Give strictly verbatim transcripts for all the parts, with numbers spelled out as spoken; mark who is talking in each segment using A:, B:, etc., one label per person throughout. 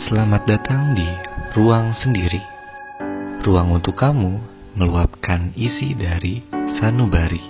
A: Selamat datang di Ruang Sendiri. Ruang untuk kamu meluapkan isi dari sanubari.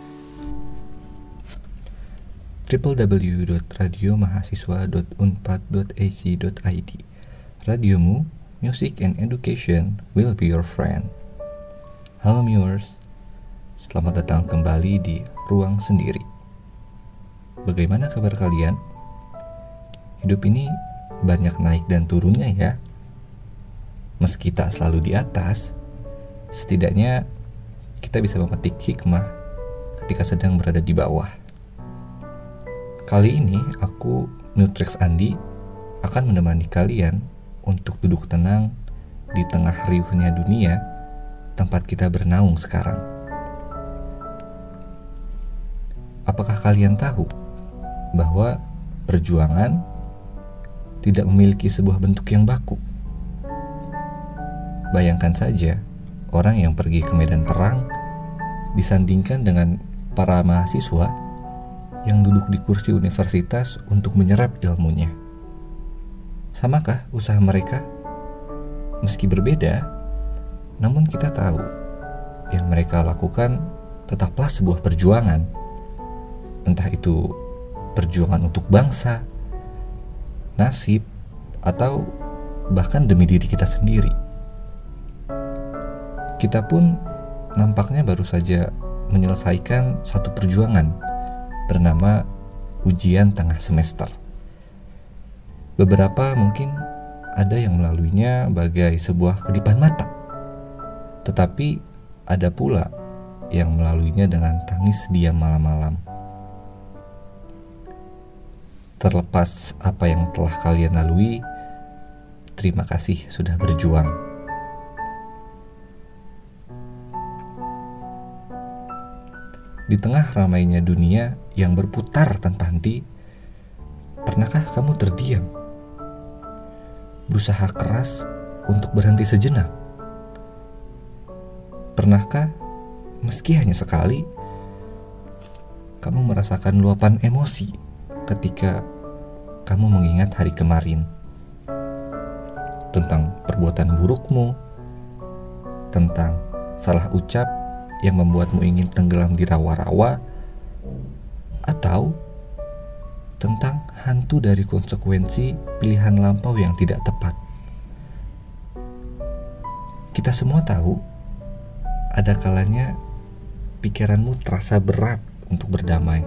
B: w w w dot radio mahasiswa dot unpad dot a c dot i d. Radiomu, music and education will be your friend. Halo viewers, selamat datang kembali di Ruang Sendiri. Bagaimana kabar kalian? Hidup ini banyak naik dan turunnya ya. Meski tak selalu di atas, setidaknya kita bisa memetik hikmah ketika sedang berada di bawah. Kali ini aku, Nutrix Andi, akan menemani kalian untuk duduk tenang di tengah riuhnya dunia tempat kita bernaung sekarang. Apakah kalian tahu bahwa perjuangan tidak memiliki sebuah bentuk yang baku? Bayangkan saja orang yang pergi ke medan perang disandingkan dengan para mahasiswa yang duduk di kursi universitas untuk menyerap ilmunya. Samakah usaha mereka? Meski berbeda, namun kita tahu yang mereka lakukan tetaplah sebuah perjuangan. Entah itu perjuangan untuk bangsa, nasib, atau bahkan demi diri kita sendiri. Kita pun nampaknya baru saja menyelesaikan satu perjuangan bernama ujian tengah semester. Beberapa mungkin ada yang melaluinya bagai sebuah kedipan mata, tetapi ada pula yang melaluinya dengan tangis diam malam-malam. Terlepas apa yang telah kalian lalui, terima kasih sudah berjuang. Di tengah ramainya dunia yang berputar tanpa henti, pernahkah kamu terdiam? Berusaha keras untuk berhenti sejenak? Pernahkah, meski hanya sekali, kamu merasakan luapan emosi ketika kamu mengingat hari kemarin, tentang perbuatan burukmu, tentang salah ucap yang membuatmu ingin tenggelam di rawa-rawa, atau tentang hantu dari konsekuensi pilihan lampau yang tidak tepat? Kita semua tahu ada kalanya pikiranmu terasa berat untuk berdamai.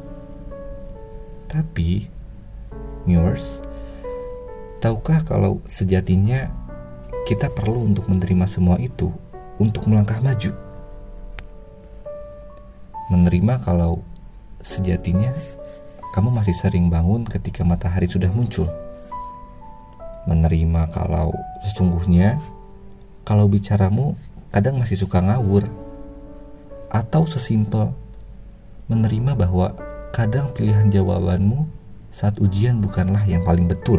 B: Tapi, viewers, tahukah kalau sejatinya kita perlu untuk menerima semua itu untuk melangkah maju? Menerima kalau sejatinya kamu masih sering bangun ketika matahari sudah muncul. Menerima kalau sesungguhnya kalau bicaramu kadang masih suka ngawur. Atau sesimpel menerima bahwa kadang pilihan jawabanmu saat ujian bukanlah yang paling betul.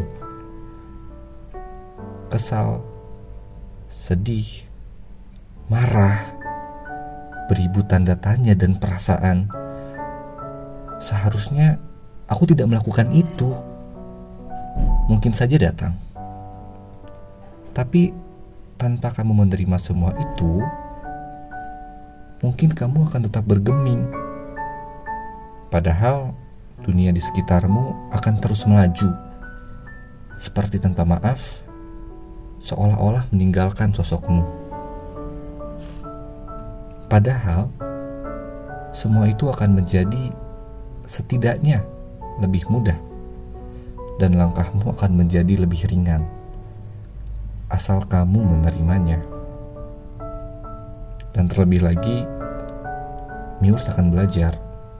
B: Kesal, sedih, marah, beribu tanda tanya dan perasaan. Seharusnya aku tidak melakukan itu. Mungkin saja datang. Tapi tanpa kamu menerima semua itu, mungkin kamu akan tetap bergeming. Padahal dunia di sekitarmu akan terus melaju, seperti tanpa maaf, seolah-olah meninggalkan sosokmu. Padahal semua itu akan menjadi setidaknya lebih mudah, dan langkahmu akan menjadi lebih ringan, asal kamu menerimanya. Dan terlebih lagi, Miurs akan belajar.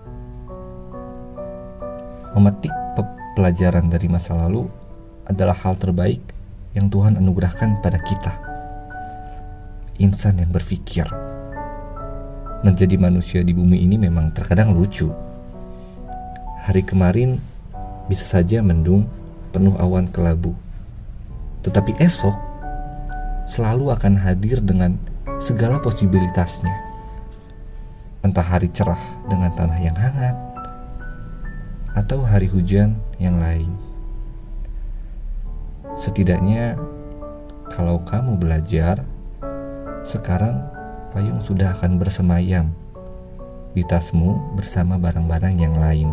B: Memetik pelajaran dari masa lalu adalah hal terbaik yang Tuhan anugerahkan pada kita. Insan yang berpikir. Menjadi manusia di bumi ini memang terkadang lucu. Hari kemarin bisa saja mendung penuh awan kelabu. Tetapi esok selalu akan hadir dengan segala posibilitasnya. Entah hari cerah dengan tanah yang hangat, atau hari hujan yang lain. Setidaknya kalau kamu belajar, sekarang payung sudah akan bersemayam di tasmu bersama barang-barang yang lain.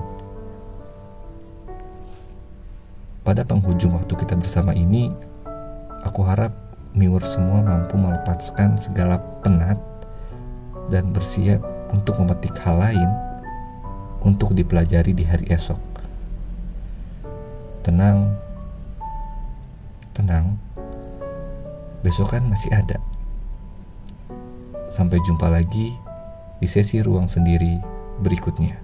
B: Pada penghujung waktu kita bersama ini, aku harap miur semua mampu melepaskan segala penat dan bersiap untuk memetik hal lain untuk dipelajari di hari esok. Tenang, tenang, besok kan masih ada. Sampai jumpa lagi di sesi ruang sendiri berikutnya.